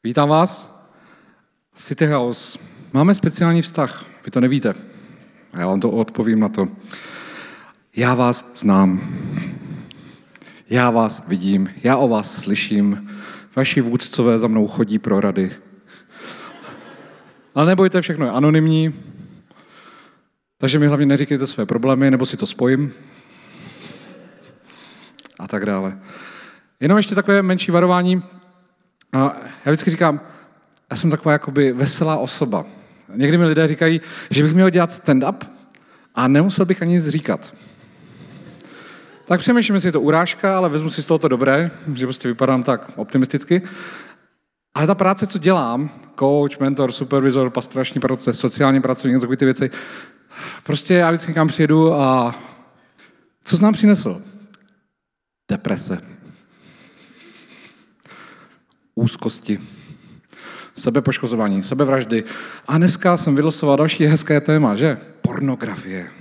Vítám vás. City House. Máme speciální vztah, vy to nevíte. A já vám to odpovím na to. Já vás znám. Já vás vidím, já o vás slyším. Vaši vůdcové za mnou chodí pro rady. Ale nebojte, všechno je anonymní. Takže mi hlavně neříkejte své problémy, nebo si to spojím. A tak dále. Jenom ještě takové menší varování. Já vždycky říkám, já jsem taková jakoby veselá osoba. Někdy mi lidé říkají, že bych měl dělat stand-up a nemusel bych ani nic říkat. Tak přemýšlím, jestli je to urážka, ale vezmu si z toho to dobré, že prostě vypadám tak optimisticky. Ale ta práce, co dělám, coach, mentor, supervizor, pastorační proces, sociální pracovník, takové ty věci, prostě já vždycky někam přijedu a co jsi nám přinesl? Deprese. Úzkosti. Sebepoškozování, sebevraždy. A dneska jsem vylosoval další hezké téma, že? Pornografie.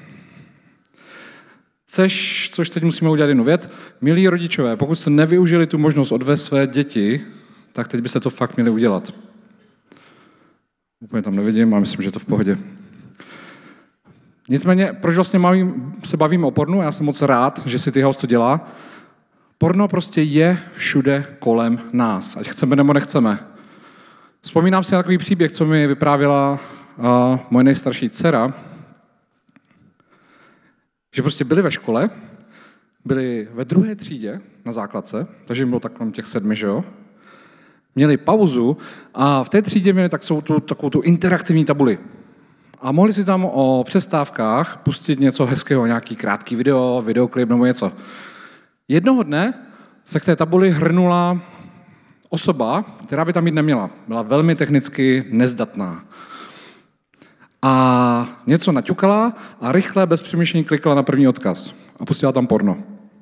Což teď musíme udělat jednu věc. Milí rodičové, pokud jste nevyužili tu možnost odvést své děti, tak teď byste to fakt měli udělat. Úplně tam nevidím a myslím, že je to v pohodě. Nicméně, proč vlastně se bavíme o pornu? Já jsem moc rád, že City House to dělá. Porno prostě je všude kolem nás, ať chceme nebo nechceme. Vzpomínám si na takový příběh, co mi vyprávěla moje nejstarší dcera, že prostě byli ve škole, byli ve 2. třídě na základce, takže jim bylo takhle těch 7, že jo? Měli pauzu a v té třídě měli takovou tu interaktivní tabuli. A mohli si tam o přestávkách pustit něco hezkého, nějaký krátký videoklip nebo něco. Jednoho dne se k té tabuli hrnula osoba, která by tam jít neměla. Byla velmi technicky nezdatná. A něco naťukala a rychle, bez přemýšlení klikla na první odkaz. A pustila tam porno.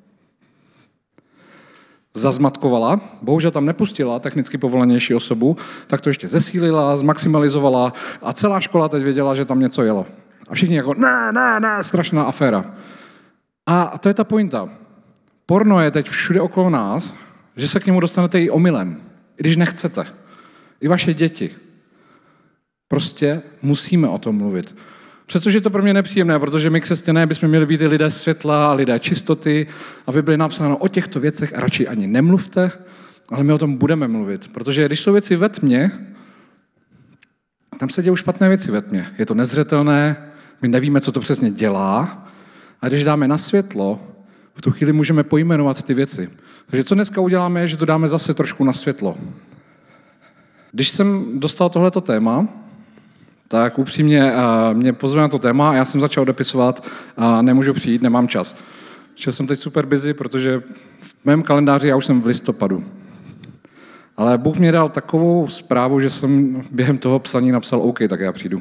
Zazmatkovala, bohužel tam nepustila technicky povolanější osobu, tak to ještě zesílila, zmaximalizovala a celá škola teď věděla, že tam něco jelo. A všichni jako, ne, strašná aféra. A to je ta pointa. Porno je teď všude okolo nás, že se k němu dostanete i omylem, i když nechcete. I vaše děti. Prostě musíme o tom mluvit. Přestože je to pro mě nepříjemné, protože my křesťané bychom měli být i lidé světla, lidé čistoty a by byly napsáno o těchto věcech radši ani nemluvte, ale my o tom budeme mluvit. Protože když jsou věci ve tmě, tam se dějí špatné věci ve tmě. Je to nezřetelné, my nevíme, co to přesně dělá a když dáme na světlo, v tu chvíli můžeme pojmenovat ty věci. Takže co dneska uděláme, je, že to dáme zase trošku na světlo. Když jsem dostal tohleto téma, tak upřímně mě pozvali na to téma a já jsem začal odepisovat a nemůžu přijít, nemám čas. Že jsem teď super busy, protože v mém kalendáři já už jsem v listopadu. Ale Bůh mě dal takovou zprávu, že jsem během toho psaní napsal OK, tak já přijdu.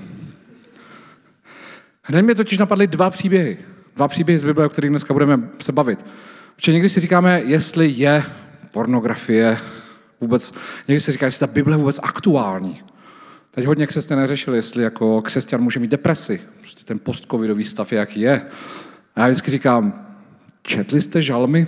Hned mě totiž napadly 2 příběhy. 2 příběhy z Bible, o kterých dneska budeme se bavit. Protože někdy si říkáme, jestli je pornografie vůbec, někdy si říká, jestli ta Bible je vůbec aktuální. Teď hodně křesťané řešili, jestli jako křesťan může mít depresi. Prostě ten post-covidový stav je, jaký je. A já vždycky říkám, četli jste žalmy?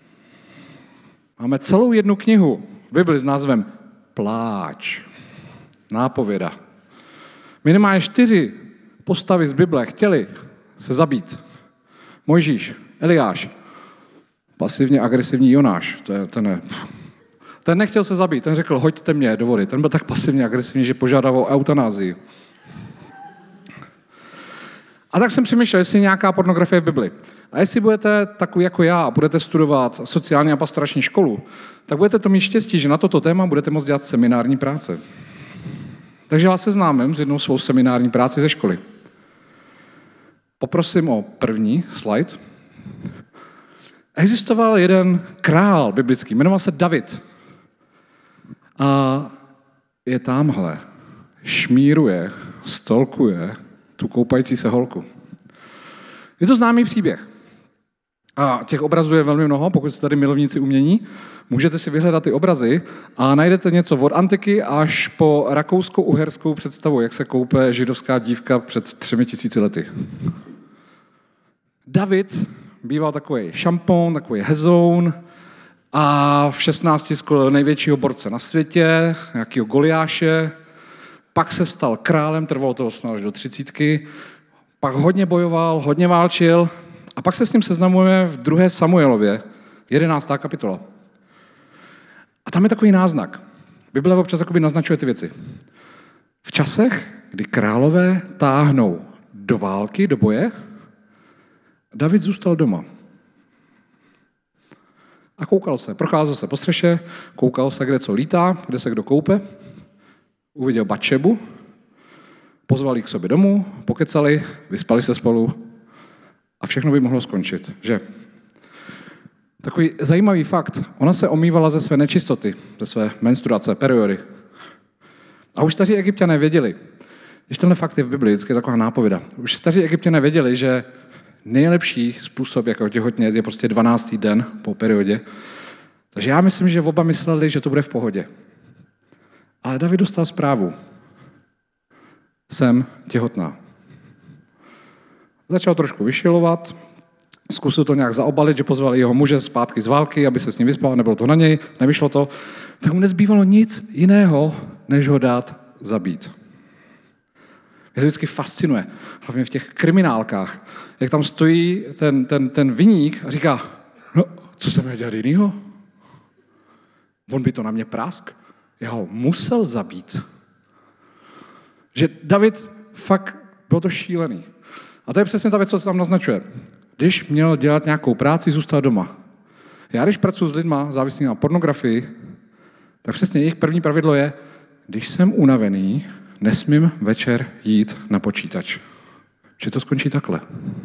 Máme celou jednu knihu v Bibli s názvem Pláč. Nápověda. Minimálně 4 postavy z Bible chtěli se zabít. Mojžíš, Eliáš, pasivně agresivní Jonáš, ten nechtěl se zabít, ten řekl, hoďte mě do vody. Ten byl tak pasivně agresivní, že požádal o eutanázii. A tak jsem přemýšlel, jestli je nějaká pornografie v Bibli. A jestli budete takový jako já a budete studovat sociální a pastorační školu, tak budete to mít štěstí, že na toto téma budete moct dělat seminární práce. Takže vás seznámím s jednou svou seminární práci ze školy. Poprosím o první slide. Existoval jeden král biblický, jmenoval se David. A je tamhle. Šmíruje, stalkuje tu koupající se holku. Je to známý příběh. A těch obrazů je velmi mnoho, pokud jste tady milovníci umění. Můžete si vyhledat ty obrazy a najdete něco od antiky až po rakousko-uherskou představu, jak se koupe židovská dívka před 3000 lety. David býval takový šampon, takový hezoun, a v 16 skolil největšího borce na světě, nějakého Goliáše, pak se stal králem, trvalo to až do 30, pak hodně bojoval, hodně válčil a pak se s ním seznamujeme v 2. Samuelově, 11. kapitola. A tam je takový náznak. Bible občas naznačuje ty věci. V časech, kdy králové táhnou do války, do boje, David zůstal doma. A koukal se, procházel se po střeše, koukal se, kde co lítá, kde se kdo koupe, uviděl Batšebu, pozval ji k sobě domů, pokecali, vyspali se spolu a všechno by mohlo skončit, že? Takový zajímavý fakt, ona se omývala ze své nečistoty, ze své menstruace, periody. A už staří Egypťané věděli, když tenhle fakt je v Biblii, vždycky je taková nápověda, už staří Egypťané věděli, že nejlepší způsob, jak otěhotnět, je prostě 12. den po periodě. Takže já myslím, že oba mysleli, že to bude v pohodě. Ale David dostal zprávu. Jsem těhotná. Začal trošku vyšilovat, zkusil to nějak zaobalit, že pozval jeho muže zpátky z války, aby se s ním vyspal, nebylo to na něj, nevyšlo to. Tak mu nezbývalo nic jiného, než ho dát zabít. Mě to vždycky fascinuje, hlavně v těch kriminálkách, jak tam stojí ten viník a říká, no, co jsem měl dělat jinýho? On by to na mě prásk. Já ho musel zabít. Že David fakt byl to šílený. A to je přesně ta věc, co se tam naznačuje. Když měl dělat nějakou práci, zůstal doma. Já když pracuji s lidma závislými na pornografii, tak přesně jejich první pravidlo je, když jsem unavený, nesmím večer jít na počítač. Že to skončí takhle.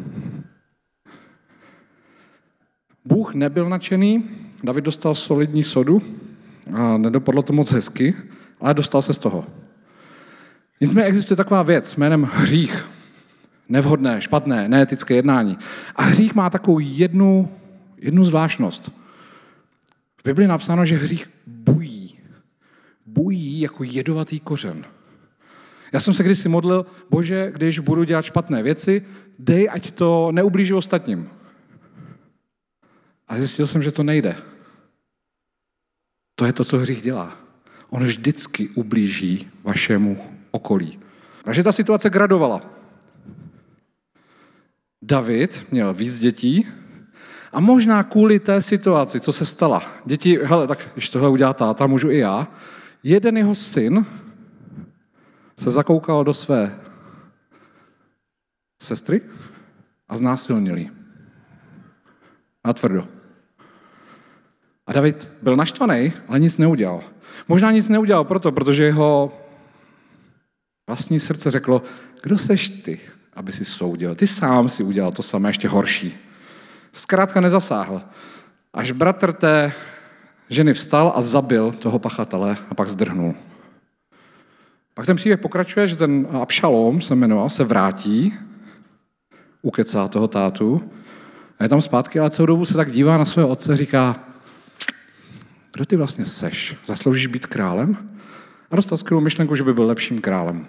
Bůh nebyl nadšený, David dostal solidní sodu a nedopadlo to moc hezky, ale dostal se z toho. Nicméně existuje taková věc jménem hřích. Nevhodné, špatné, neetické jednání. A hřích má takovou jednu zvláštnost. V Biblii je napsáno, že hřích bují. Bují jako jedovatý kořen. Já jsem se kdysi modlil, Bože, když budu dělat špatné věci, dej, ať to neublíží ostatním. A zjistil jsem, že to nejde. To je to, co hřích dělá. On vždycky ublíží vašemu okolí. Takže ta situace gradovala. David měl víc dětí a možná kvůli té situaci, co se stala. Děti, hele, tak když tohle udělá táta, můžu i já. Jeden jeho syn se zakoukal do své sestry a znásilnil ji. Natvrdo. A David byl naštvaný, ale nic neudělal. Možná nic neudělal protože jeho vlastní srdce řeklo, kdo seš ty, aby si soudil. Ty sám si udělal to samé, ještě horší. Zkrátka nezasáhl. Až bratr té ženy vstal a zabil toho pachatele a pak zdrhnul. Pak ten příběh pokračuje, že ten Abšalom se jmenoval, se vrátí, ukecá toho tátu a je tam zpátky, ale celou dobu se tak dívá na svého otce, říká, kdo ty vlastně seš? Zasloužíš být králem? A dostal skvělou myšlenku, že by byl lepším králem.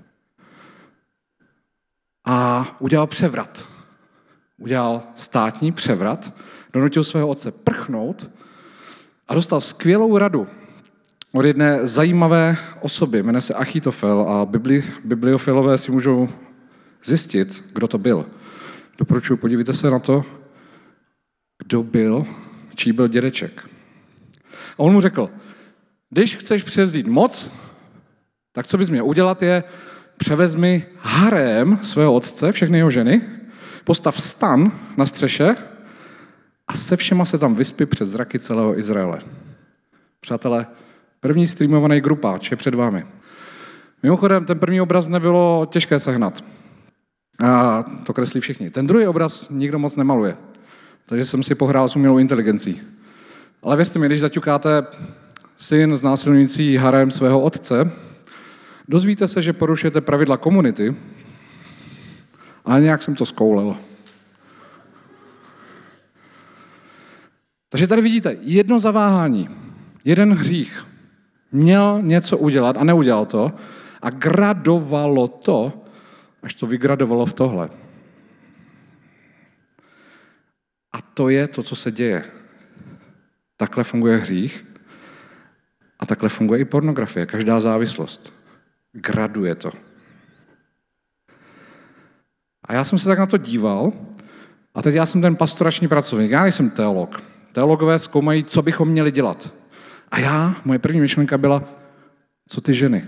A udělal převrat. Udělal státní převrat, donutil svého otce prchnout a dostal skvělou radu od jedné zajímavé osoby, jmenuje se Achitofel a bibliofilové si můžou zjistit, kdo to byl. Doporučuji, podívejte se na to, kdo byl, čí byl dědeček. A on mu řekl, když chceš převzít moc, tak co bys měl udělat je, převezmi harém svého otce, všechny jeho ženy, postav stan na střeše a se všema se tam vyspí před zraky celého Izraele. Přátelé, první streamovaný grupáč je před vámi. Mimochodem, ten první obraz nebylo těžké sehnat. A to kreslí všichni. Ten druhý obraz nikdo moc nemaluje. Takže jsem si pohrál s umělou inteligencí. Ale věřte mi, když zaťukáte syn znásilňující harém svého otce, dozvíte se, že porušujete pravidla komunity, ale nějak jsem to zkoulel. Takže tady vidíte, jedno zaváhání, jeden hřích. Měl něco udělat a neudělal to a gradovalo to, až to vygradovalo v tohle. A to je to, co se děje. Takhle funguje hřích a takhle funguje i pornografie. Každá závislost. Graduje to. A já jsem se tak na to díval a teď já jsem ten pastorační pracovník, já nejsem teolog. Teologové zkoumají, co bychom měli dělat. A moje první myšlenka byla, co ty ženy?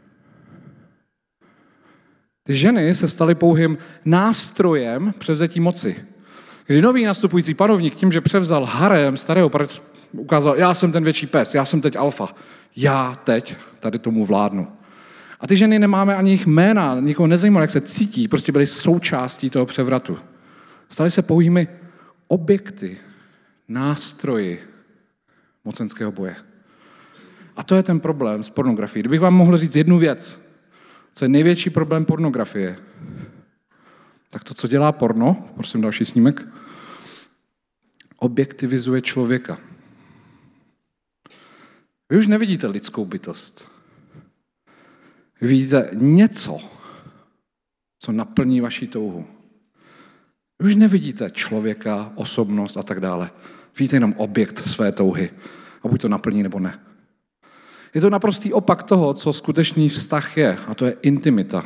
Ty ženy se staly pouhým nástrojem převzetí moci. Kdy nový nastupující panovník tím, že převzal harém starého, ukázal, já jsem ten větší pes, já jsem teď alfa, já teď tady tomu vládnu. A ty ženy nemáme ani jejich jména, nikoho nezajímalo, jak se cítí, prostě byly součástí toho převratu. Staly se pouhými objekty, nástroji mocenského boje. A to je ten problém s pornografií. Kdybych vám mohl říct jednu věc, co je největší problém pornografie, tak to, co dělá porno, prosím další snímek, objektivizuje člověka. Vy už nevidíte lidskou bytost. Vy vidíte něco, co naplní vaši touhu. Vy už nevidíte člověka, osobnost a tak dále. Vidíte jenom objekt své touhy. A buď to naplní, nebo ne. Je to naprostý opak toho, co skutečný vztah je. A to je intimita.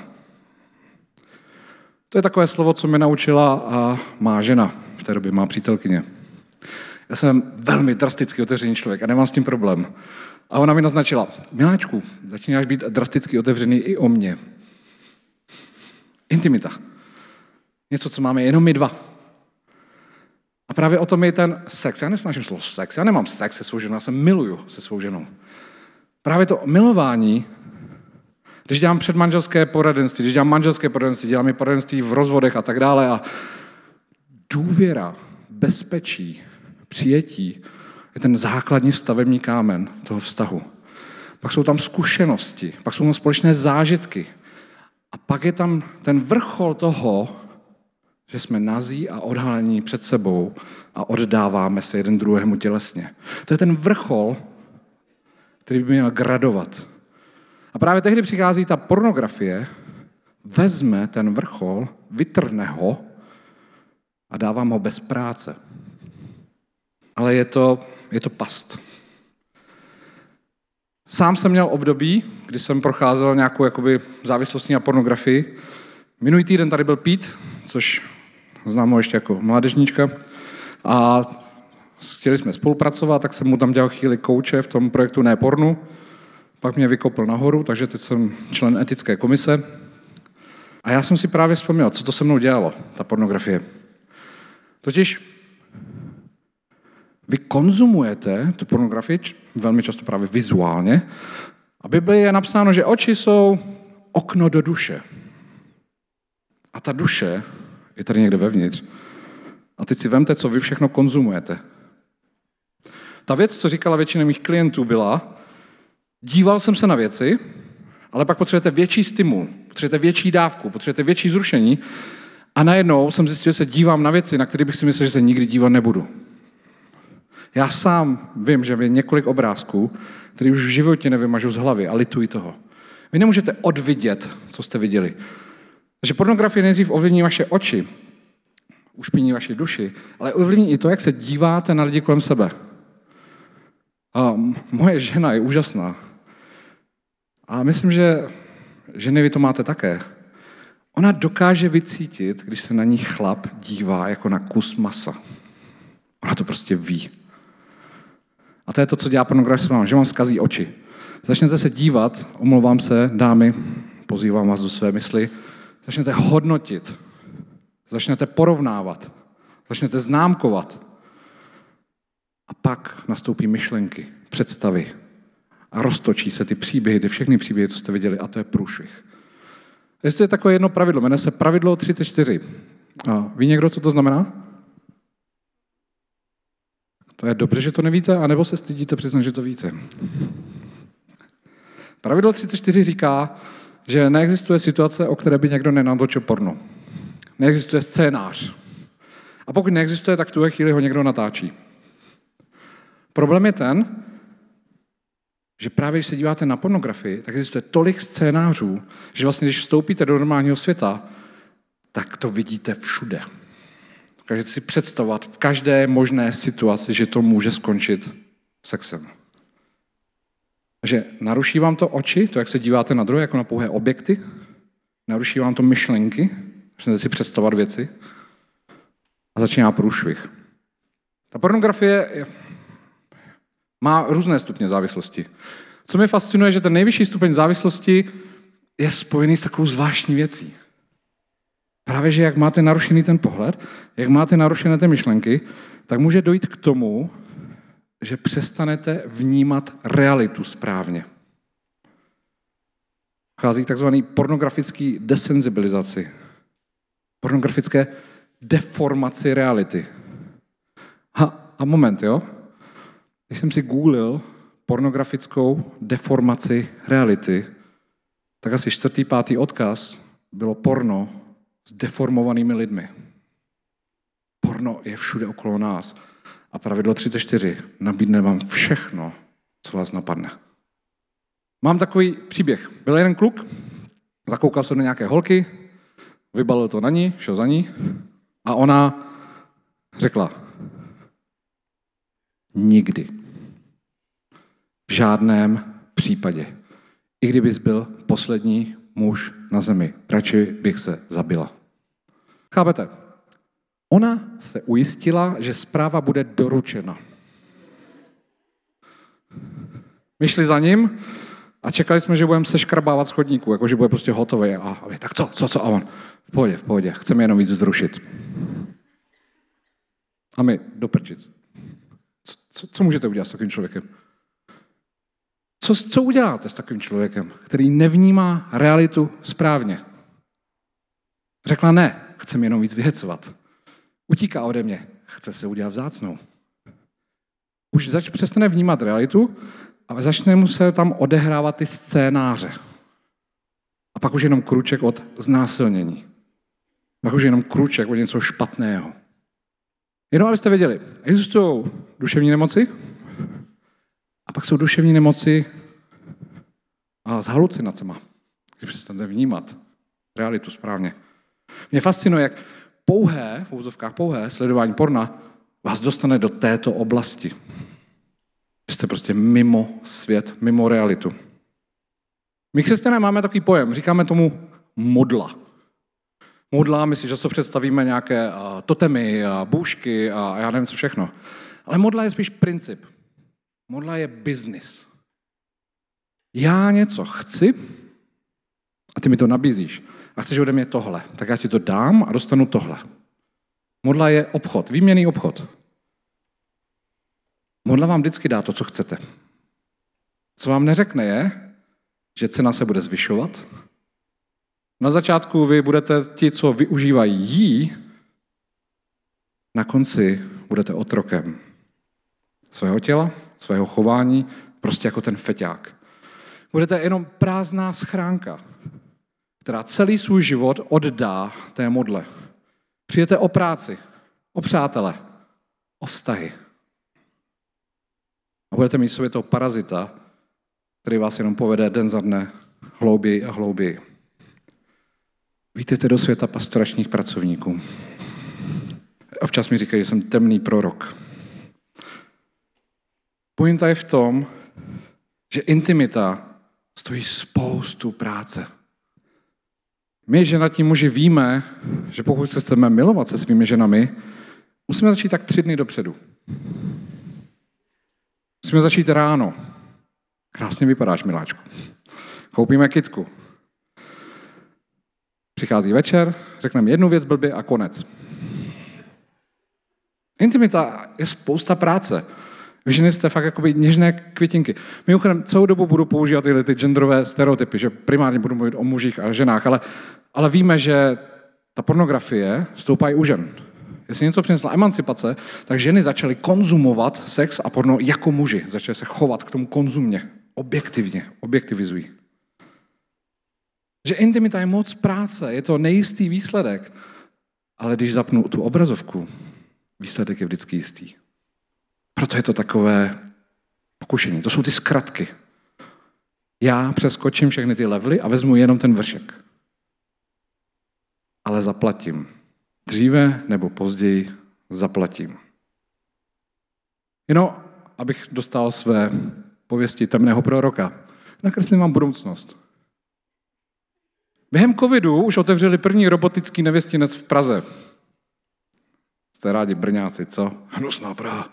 To je takové slovo, co mě naučila a má žena. V té době má přítelkyně. Já jsem velmi drasticky otevřený člověk a nemám s tím problém. A ona mi naznačila, miláčku, začínáš být drasticky otevřený i o mně. Intimita. Něco, co máme jenom my dva. A právě o tom je ten sex. Já nesnáším slovo sex. Já nemám sex se svou ženou, já se miluju se svou ženou. Právě to milování, když dělám předmanželské poradenství, když dělám manželské poradenství, dělám i poradenství v rozvodech a tak dále a důvěra, bezpečí, přijetí je ten základní stavební kámen toho vztahu. Pak jsou tam zkušenosti, pak jsou tam společné zážitky a pak je tam ten vrchol toho, že jsme nazí a odhalení před sebou a oddáváme se jeden druhému tělesně. To je ten vrchol, který by měl gradovat. A právě tehdy přichází ta pornografie, vezme ten vrchol, vytrhne ho a dávám ho bez práce. Ale je to past. Sám jsem měl období, kdy jsem procházel nějakou jakoby závislostí na pornografii. Minulý týden tady byl Pete, což znám ho ještě jako mládežníčka. A chtěli jsme spolupracovat, tak jsem mu tam dělal chvíli kouče v tom projektu Ne pornu. Pak mě vykopl nahoru, takže teď jsem člen etické komise. A já jsem si právě vzpomněl, co to se mnou dělalo, ta pornografie. Totiž vy konzumujete tu pornografii velmi často právě vizuálně a v Biblii je napsáno, že oči jsou okno do duše. A ta duše je tady někde vevnitř. A teď si vemte, co vy všechno konzumujete. Ta věc, co říkala většina mých klientů, byla, díval jsem se na věci, ale pak potřebujete větší stimul, potřebujete větší dávku, potřebujete větší zrušení a najednou jsem zjistil, že se dívám na věci, na které bych si myslel, že se nikdy dívat nebudu. Já sám vím, že je několik obrázků, které už v životě nevymažu z hlavy a lituji toho. Vy nemůžete odvidět, co jste viděli. Takže pornografie nejdřív ovlivní vaše oči, ušpiní vaši duši, ale ovlivní i to, jak se díváte na lidi kolem sebe. A moje žena je úžasná. A myslím, že ženy vy to máte také. Ona dokáže vycítit, když se na ní chlap dívá jako na kus masa. Ona to prostě ví. A to je to, co dělá pornografie, že vám zkazí oči. Začnete se dívat, omlouvám se, dámy, pozývám vás do své mysli, začnete hodnotit, začnete porovnávat, začnete známkovat. A pak nastoupí myšlenky, představy a roztočí se ty příběhy, ty všechny příběhy, co jste viděli, a to je průšvih. Jestli je takové jedno pravidlo, jmenuje se pravidlo 34. A ví někdo, co to znamená? To je dobře, že to nevíte, anebo se stydíte přiznat, že to víte. Pravidlo 34 říká, že neexistuje situace, o které by někdo nenatočil porno. Neexistuje scénář. A pokud neexistuje, tak v tuhle chvíli ho někdo natáčí. Problém je ten, že právě když se díváte na pornografii, tak existuje tolik scénářů, že vlastně když vstoupíte do normálního světa, tak to vidíte všude. Dokážete si představovat v každé možné situaci, že to může skončit sexem. Takže naruší vám to oči, to, jak se díváte na druhé, jako na pouhé objekty, naruší vám to myšlenky, začnete si představovat věci a začíná průšvih. Ta pornografie má různé stupně závislosti. Co mě fascinuje, že ten nejvyšší stupeň závislosti je spojený s takovou zvláštní věcí. Právě, že jak máte narušený ten pohled, jak máte narušené ty myšlenky, tak může dojít k tomu, že přestanete vnímat realitu správně. Vchází k takzvaný pornografický desenzibilizaci. Pornografické deformaci reality. A moment, jo? Když jsem si googlil pornografickou deformaci reality, tak asi 4., 5. odkaz bylo porno s deformovanými lidmi. Porno je všude okolo nás. A pravidlo 34 nabídne vám všechno, co vás napadne. Mám takový příběh. Byl jeden kluk, zakoukal se do nějaké holky, vybalil to na ní, šel za ní a ona řekla: nikdy. V žádném případě. I kdybys byl poslední muž na zemi, radši bych se zabila. Chápete? Ona se ujistila, že zpráva bude doručena. My šli za ním a čekali jsme, že budeme seškrabávat z chodníku, jakože bude prostě hotový. A tak co? A on, v pohodě, chceme jenom víc zrušit. A my, do prčic. Co můžete udělat s takovým člověkem? Co uděláte s takovým člověkem, který nevnímá realitu správně? Řekla ne, chceme jenom víc vyhecovat. Utíká ode mě, chce se udělat vzácnou. Už přestane vnímat realitu a začne mu se tam odehrávat ty scénáře. A pak už jenom kruček od znásilnění. Pak už jenom kruček od něco špatného. Jenom abyste věděli, existují duševní nemoci a pak jsou duševní nemoci s halucinacema, když přestanete vnímat realitu správně. Mě fascinuje, jak v úvozovkách pouhé sledování porna vás dostane do této oblasti. Jste prostě mimo svět, mimo realitu. My křesťané máme takový pojem, říkáme tomu modla. Modla, my si často představíme nějaké totemy, bůžky a já nevím co všechno. Ale modla je spíš princip. Modla je business. Já něco chci a ty mi to nabízíš. A chceš ode mě tohle, tak já ti to dám a dostanu tohle. Modla je obchod, výměnný obchod. Modla vám vždycky dá to, co chcete. Co vám neřekne je, že cena se bude zvyšovat. Na začátku vy budete ti, co využívají jí, na konci budete otrokem svého těla, svého chování, prostě jako ten feťák. Budete jenom prázdná schránka, která celý svůj život oddá té modle. Přijete o práci, o přátele, o vztahy. A budete mít v sobě toho parazita, který vás jenom povede den za dne hlouběji a hlouběji. Vítejte do světa pastoračních pracovníků. Občas mi říkají, že jsem temný prorok. Pointa je v tom, že intimita stojí spoustu práce. My, ženatí muži, víme, že pokud se chceme milovat se svými ženami, musíme začít tak 3 dny dopředu. Musíme začít ráno. Krásně vypadáš, miláčku. Koupíme kytku. Přichází večer, řekneme jednu věc blbě a konec. Intimita je spousta práce. Vy ženy jste fakt jakoby něžné květinky. Mimochodem, celou dobu budu používat ty genderové stereotypy, že primárně budu mluvit o mužích a ženách, ale víme, že ta pornografie stoupá i u žen. Jestli něco přinesla emancipace, tak ženy začaly konzumovat sex a porno jako muži. Začaly se chovat k tomu konzumně, objektivizují. Že intimita je moc práce, je to nejistý výsledek, ale když zapnu tu obrazovku, výsledek je vždycky jistý. Proto je to takové pokušení. To jsou ty zkratky. Já přeskočím všechny ty levely a vezmu jenom ten vršek. Ale zaplatím. Dříve nebo později zaplatím. abych dostal své pověsti temného proroka. Nakreslím vám budoucnost. Během covidu už otevřeli první robotický nevěstinec v Praze. Jste rádi Brňáci, co? Hnusná Praha.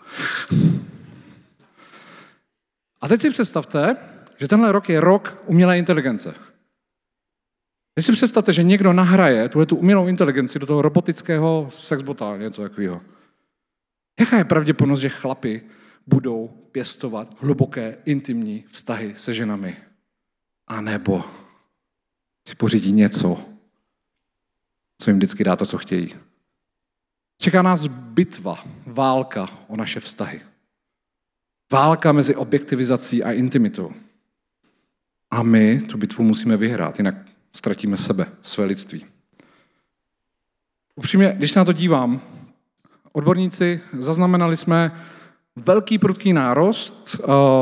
A teď si představte, že tenhle rok je rok umělé inteligence. Teď si představte, že někdo nahraje tu umělou inteligenci do toho robotického sexbota, něco takového. Jaká je pravděpodobnost, že chlapi budou pěstovat hluboké, intimní vztahy se ženami? A nebo si pořídí něco, co jim vždycky dá to, co chtějí. Čeká nás bitva, válka o naše vztahy. Válka mezi objektivizací a intimitou. A my tu bitvu musíme vyhrát, jinak ztratíme sebe, své lidství. Upřímně, když se na to dívám, odborníci, zaznamenali jsme velký prudký nárost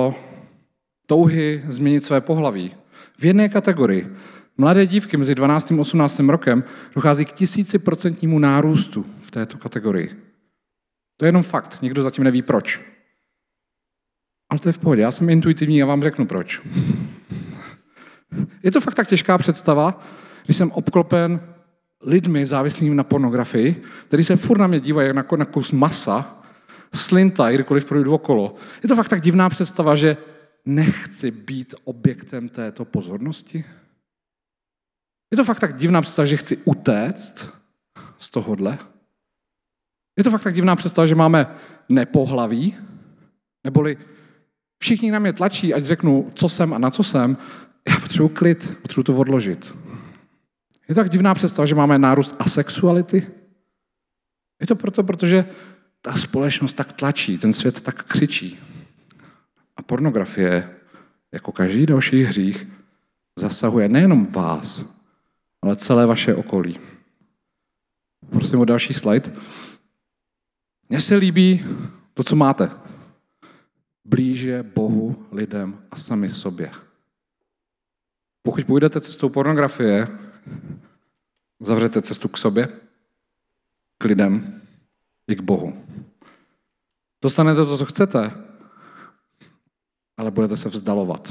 touhy změnit své pohlaví. V jedné kategorii mladé dívky mezi 12. a 18. rokem dochází k 1000% nárůstu v této kategorii. To je jenom fakt, nikdo zatím neví proč. Ale to je v pohodě, já jsem intuitivní a vám řeknu proč. Je to fakt tak těžká představa, když jsem obklopen lidmi závislými na pornografii, kteří se furt na mě dívají na kus masa, slintají, kdykoliv projdu okolo. Je to fakt tak divná představa, že nechci být objektem této pozornosti. Je to fakt tak divná představa, že chci utéct z tohohle. Je to fakt tak divná představa, že máme nepohlaví, neboli všichni na mě tlačí, ať řeknu, co jsem a na co jsem. Já potřebuji klid, potřebuji to odložit. Je to tak divná představa, že máme nárůst asexuality. Je to protože ta společnost tak tlačí, ten svět tak křičí. A pornografie, jako každý další hřích, zasahuje nejenom vás, ale celé vaše okolí. Prosím o další slide. Mně se líbí to, co máte. Blíže Bohu, lidem a sami sobě. Pokud půjdete cestou pornografie, zavřete cestu k sobě, k lidem i k Bohu. Dostanete to, co chcete, ale budete se vzdalovat.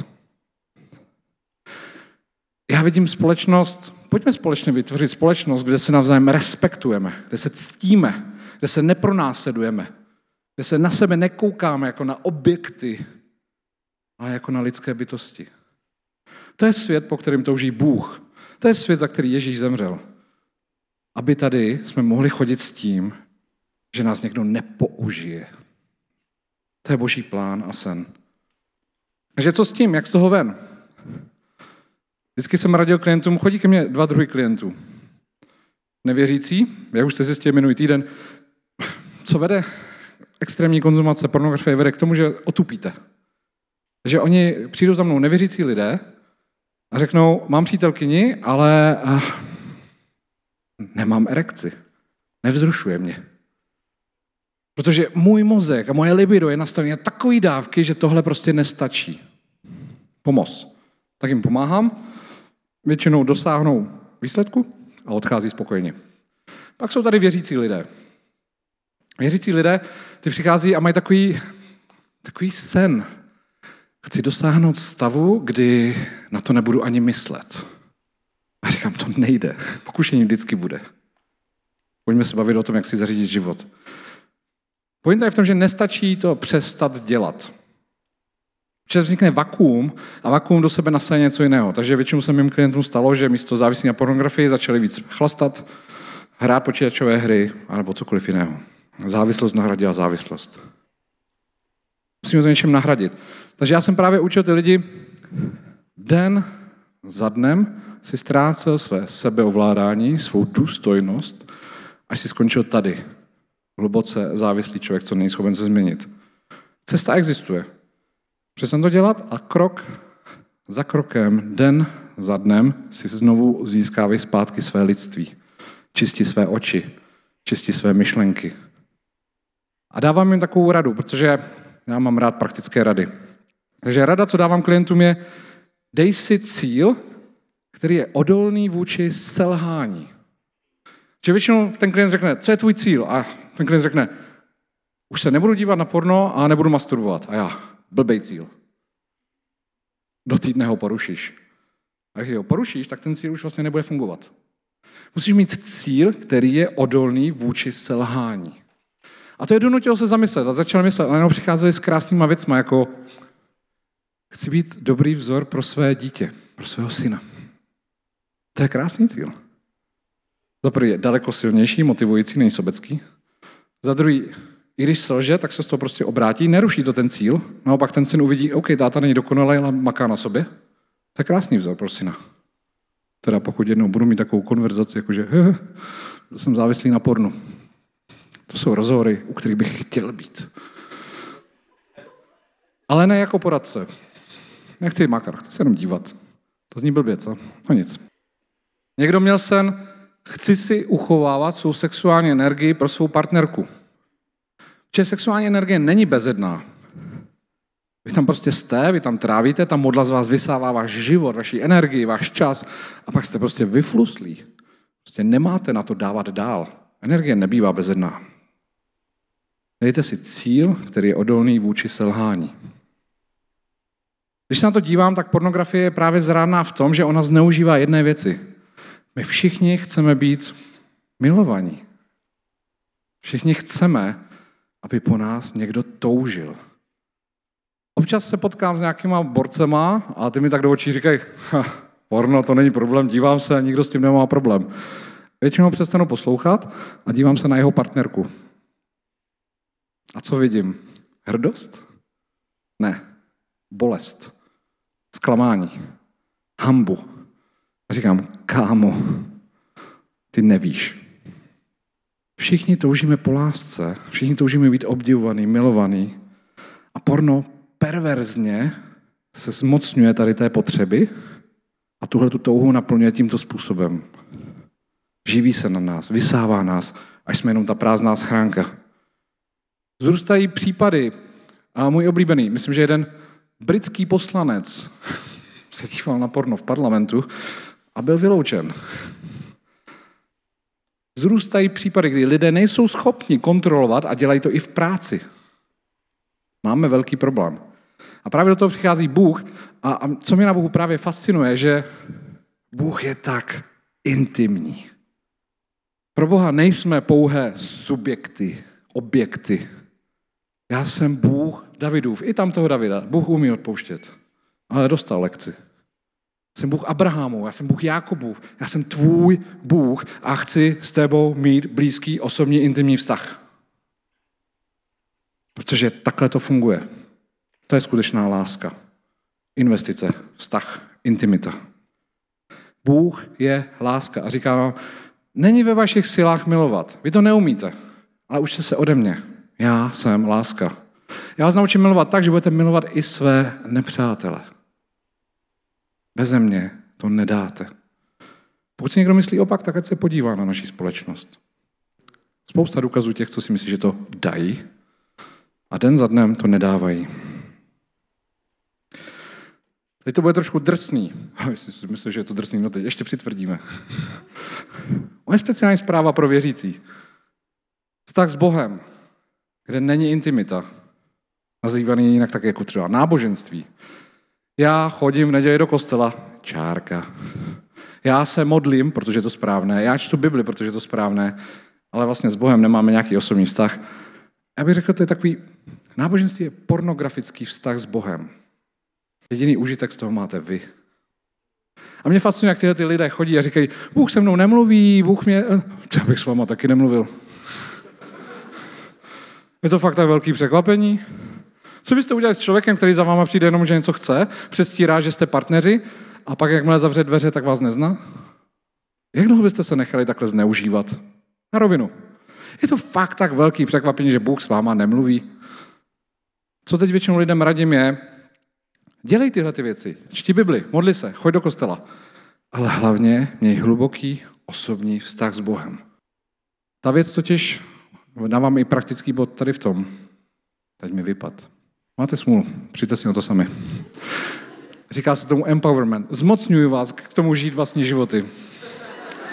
Já vidím společnost, pojďme společně vytvořit společnost, kde se navzájem respektujeme, kde se ctíme, kde se nepronásledujeme, kde se na sebe nekoukáme jako na objekty, ale jako na lidské bytosti. To je svět, po kterém touží Bůh. To je svět, za který Ježíš zemřel. Aby tady jsme mohli chodit s tím, že nás někdo nepoužije. To je Boží plán a sen. Takže co s tím? Jak z toho ven? Vždycky jsem radil klientům, chodí ke mně 2 druhy klientů. Nevěřící, jak už jste zjistili minulý týden, co vede extrémní konzumace pornografie, vede k tomu, že otupíte. Takže oni přijdou za mnou nevěřící lidé a řeknou, mám přítelkyni, ale nemám erekci. Nevzrušuje mě. Protože můj mozek a moje libido je nastavené na takový dávky, že tohle prostě nestačí. Pomoc. Tak jim pomáhám, většinou dosáhnou výsledku a odchází spokojeně. Pak jsou tady věřící lidé. Věřící lidé, ty přichází a mají takový sen. Chci dosáhnout stavu, kdy na to nebudu ani myslet. A říkám, to nejde. Pokušení vždycky bude. Pojďme se bavit o tom, jak si zařídit život. Pointa je v tom, že nestačí to přestat dělat. Že vznikne vakuum a vakuum do sebe nasaje něco jiného. Takže většinou se mým klientům stalo, že místo závislí na pornografii začali víc chlastat, hrát počítačové hry anebo cokoliv jiného. Závislost nahradila závislost. Musíme to něčem nahradit. Takže já jsem právě učil ty lidi, den za dnem si ztrácel své sebeovládání, svou důstojnost, až si skončil tady. Hluboce závislý člověk, co není schopen se změnit. Cesta existuje. Přestaň to dělat a krok za krokem, den za dnem si znovu získávej zpátky své lidství. Čistí své oči, čistí své myšlenky. A dávám jim takovou radu, protože já mám rád praktické rady. Takže rada, co dávám klientům, je dej si cíl, který je odolný vůči selhání. Že většinou ten klient řekne, co je tvůj cíl? A ten klient řekne, Už se nebudu dívat na porno a nebudu masturbovat. A já, blbej cíl. Do týdne ho porušíš. A když ho porušíš, tak ten cíl už vlastně nebude fungovat. Musíš mít cíl, který je odolný vůči selhání. A to je donutilo se zamyslet a začal myslet. A najednou přicházeli s krásnýma věcma, jako chci být dobrý vzor pro své dítě, pro svého syna. To je krásný cíl. Za prvý je daleko silnější, motivující, není sobecký. Za druhý, i když selže, tak se z toho prostě obrátí, neruší to ten cíl. Naopak ten syn uvidí, OK, táta není dokonalý, ale maká na sobě. To je krásný vzor pro syna. Teda pokud jednou budu mít takovou konverzaci, jakože jsem závislý na pornu. To jsou rozhovory, u kterých bych chtěl být. Ale ne jako poradce. Nechci makar, chci se jenom dívat. To zní blbě, co? No nic. Někdo měl sen, chci si uchovávat svou sexuální energii pro svou partnerku. Protože sexuální energie není bezedná. Vy tam prostě jste, vy tam trávíte, ta modla z vás vysává váš život, vaši energii, váš čas a pak jste prostě vyfluslí. Prostě nemáte na to dávat dál. Energie nebývá bezedná. Dejte si cíl, který je odolný vůči selhání. Když se na to dívám, tak pornografie je právě zrádná v tom, že ona zneužívá jedné věci. My všichni chceme být milovaní. Všichni chceme, aby po nás někdo toužil. Občas se potkám s nějakýma borcema a ty mi tak do očí říkají, porno, to není problém, dívám se a nikdo s tím nemá problém. Většinou přestanu poslouchat a dívám se na jeho partnerku. A co vidím? Hrdost? Ne. Bolest. Zklamání. Hanbu. A říkám, kámo, ty nevíš. Všichni toužíme po lásce, všichni toužíme být obdivovaný, milovaný. A porno perverzně se zmocňuje tady té potřeby a tuhle tu touhu naplňuje tímto způsobem. Živí se na nás, vysává nás, až jsme jenom ta prázdná schránka. Zrůstají případy, a můj oblíbený, myslím, že jeden britský poslanec se díval na porno v parlamentu a byl vyloučen. Zrůstají případy, kdy lidé nejsou schopni kontrolovat a dělají to i v práci. Máme velký problém. A právě do toho přichází Bůh a co mě na Bohu právě fascinuje, že Bůh je tak intimní. Pro Boha nejsme pouhé subjekty, objekty. Já jsem Bůh Davidův, i tam toho Davida. Bůh umí odpouštět, ale dostal lekci. Jsem Bůh Abrahamu, já jsem Bůh Jákobův, já jsem tvůj Bůh a chci s tebou mít blízký, osobní, intimní vztah. Protože takhle to funguje. To je skutečná láska. Investice, vztah, intimita. Bůh je láska a říká nám, není ve vašich silách milovat. Vy to neumíte, ale učte se ode mě. Já jsem láska. Já vás naučím milovat tak, že budete milovat i své nepřátele. Beze mě to nedáte. Pokud si někdo myslí opak, tak ať se podívá na naši společnost. Spousta důkazů těch, co si myslí, že to dají, a den za dnem to nedávají. Teď to bude trošku drsný. Jestli si myslíš, že je to drsný, no teď ještě přitvrdíme. Moje speciální zpráva pro věřící. Vztah s Bohem, kde není intimita, nazývaný jinak tak jako třeba náboženství. Já chodím v neděli do kostela, čárka. Já se modlím, protože je to správné. Já čtu Bibli, protože je to správné. Ale vlastně s Bohem nemáme nějaký osobní vztah. Já bych řekl, to je takový, náboženství je pornografický vztah s Bohem. Jediný užitek z toho máte vy. A mě fascinuje, jak tyhle ty lidé chodí a říkají, Bůh se mnou nemluví, Bůh mě... Já bych s váma taky nemluvil. Je to fakt tak velký překvapení? Co byste udělali s člověkem, který za váma přijde jenom, že něco chce, předstírá, že jste partneři a pak, jakmile zavře dveře, tak vás nezná? Jak dlouho byste se nechali takhle zneužívat? Na rovinu. Je to fakt tak velký překvapení, že Bůh s váma nemluví. Co teď většinou lidem radím je, dělej tyhle ty věci, čti Bibli, modli se, choď do kostela, ale hlavně měj hluboký osobní vztah s Bohem. Ta věc totiž, dávám i praktický bod tady v tom, teď mi vypad. Máte smůlu, přijďte si na to sami. Říká se tomu empowerment. Zmocňuji vás k tomu žít vlastní životy.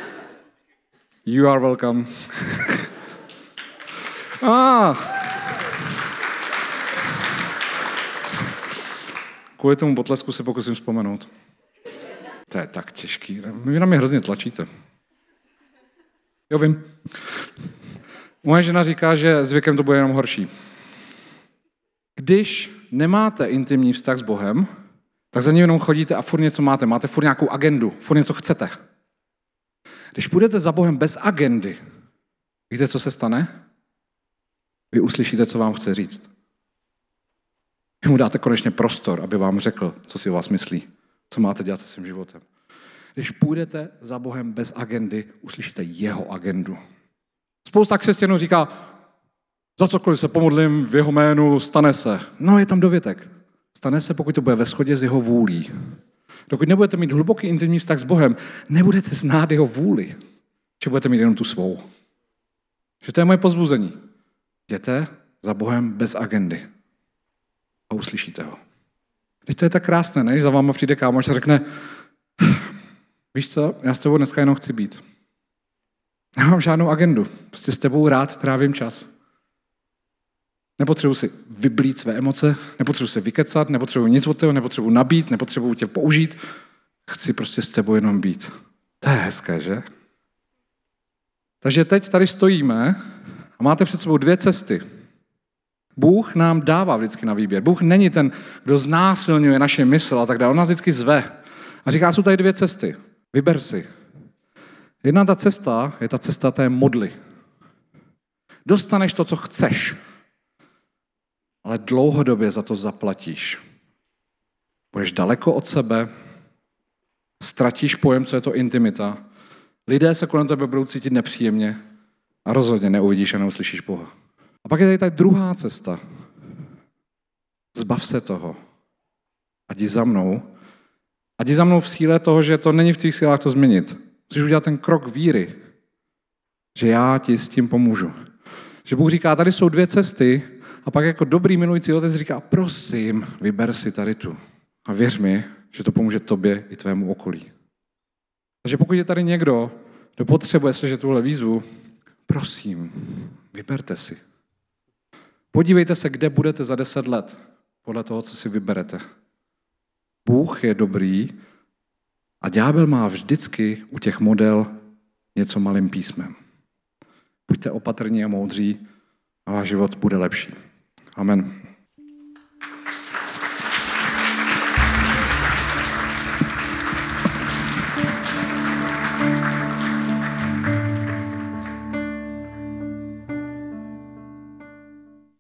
You are welcome. Kvůli tomu potlesku se pokusím vzpomenout. To je tak těžký. Vy na mě hrozně tlačíte. Jo, vím. Moje žena říká, že s věkem to bude jenom horší. Když nemáte intimní vztah s Bohem, tak za ním jenom chodíte a furt něco máte. Máte furt nějakou agendu, furt něco chcete. Když půjdete za Bohem bez agendy, víte, co se stane? Vy uslyšíte, co vám chce říct. Vy mu dáte konečně prostor, aby vám řekl, co si o vás myslí, co máte dělat se svým životem. Když půjdete za Bohem bez agendy, uslyšíte jeho agendu. Spousta křesťanů říká, za cokoliv se pomodlím v jeho jménu, stane se. No, je tam dovětek. Stane se, pokud to bude ve shodě s jeho vůlí. Dokud nebudete mít hluboký intimní vztah s Bohem, nebudete znát jeho vůli. Že budete mít jenom tu svou. Že to je moje pozbuzení. Jděte za Bohem bez agendy. A uslyšíte ho. Když to je tak krásné, ne? Když za váma přijde kámoš a řekne, víš co, já s tebou dneska jenom chci být. Nemám žádnou agendu. Prostě s tebou rád trávím čas. Nepotřebuji si vyblít své emoce, nepotřebuji se vykecat, nepotřebuji nic od tebe, nepotřebuji nabít, nepotřebuji tě použít. Chci prostě s tebou jenom být. To je hezké, že? Takže teď tady stojíme a máte před sebou dvě cesty. Bůh nám dává vždycky na výběr. Bůh není ten, kdo znásilňuje naše mysl a tak dále. On nás vždycky zve. A říká, jsou tady dvě cesty. Vyber si. Jedna ta cesta je ta cesta té modly. Dostaneš to, co chceš, ale dlouhodobě za to zaplatíš. Budeš daleko od sebe, ztratíš pojem, co je to intimita. Lidé se kolem tebe budou cítit nepříjemně a rozhodně neuvidíš a neuslyšíš Boha. A pak je tady ta druhá cesta. Zbav se toho. A jdi za mnou. A jdi za mnou v síle toho, že to není v tvých silách to změnit. Musíš udělat ten krok víry, že já ti s tím pomůžu. Že Bůh říká, tady jsou dvě cesty a pak jako dobrý milující otec říká, prosím, vyber si tady tu. A věř mi, že to pomůže tobě i tvému okolí. Takže pokud je tady někdo, kdo potřebuje slyšet tuhle výzvu, prosím, vyberte si. Podívejte se, kde budete za 10 let, podle toho, co si vyberete. Bůh je dobrý a ďábel má vždycky u těch model něco malým písmem. Buďte opatrní a moudří a váš život bude lepší. Amen.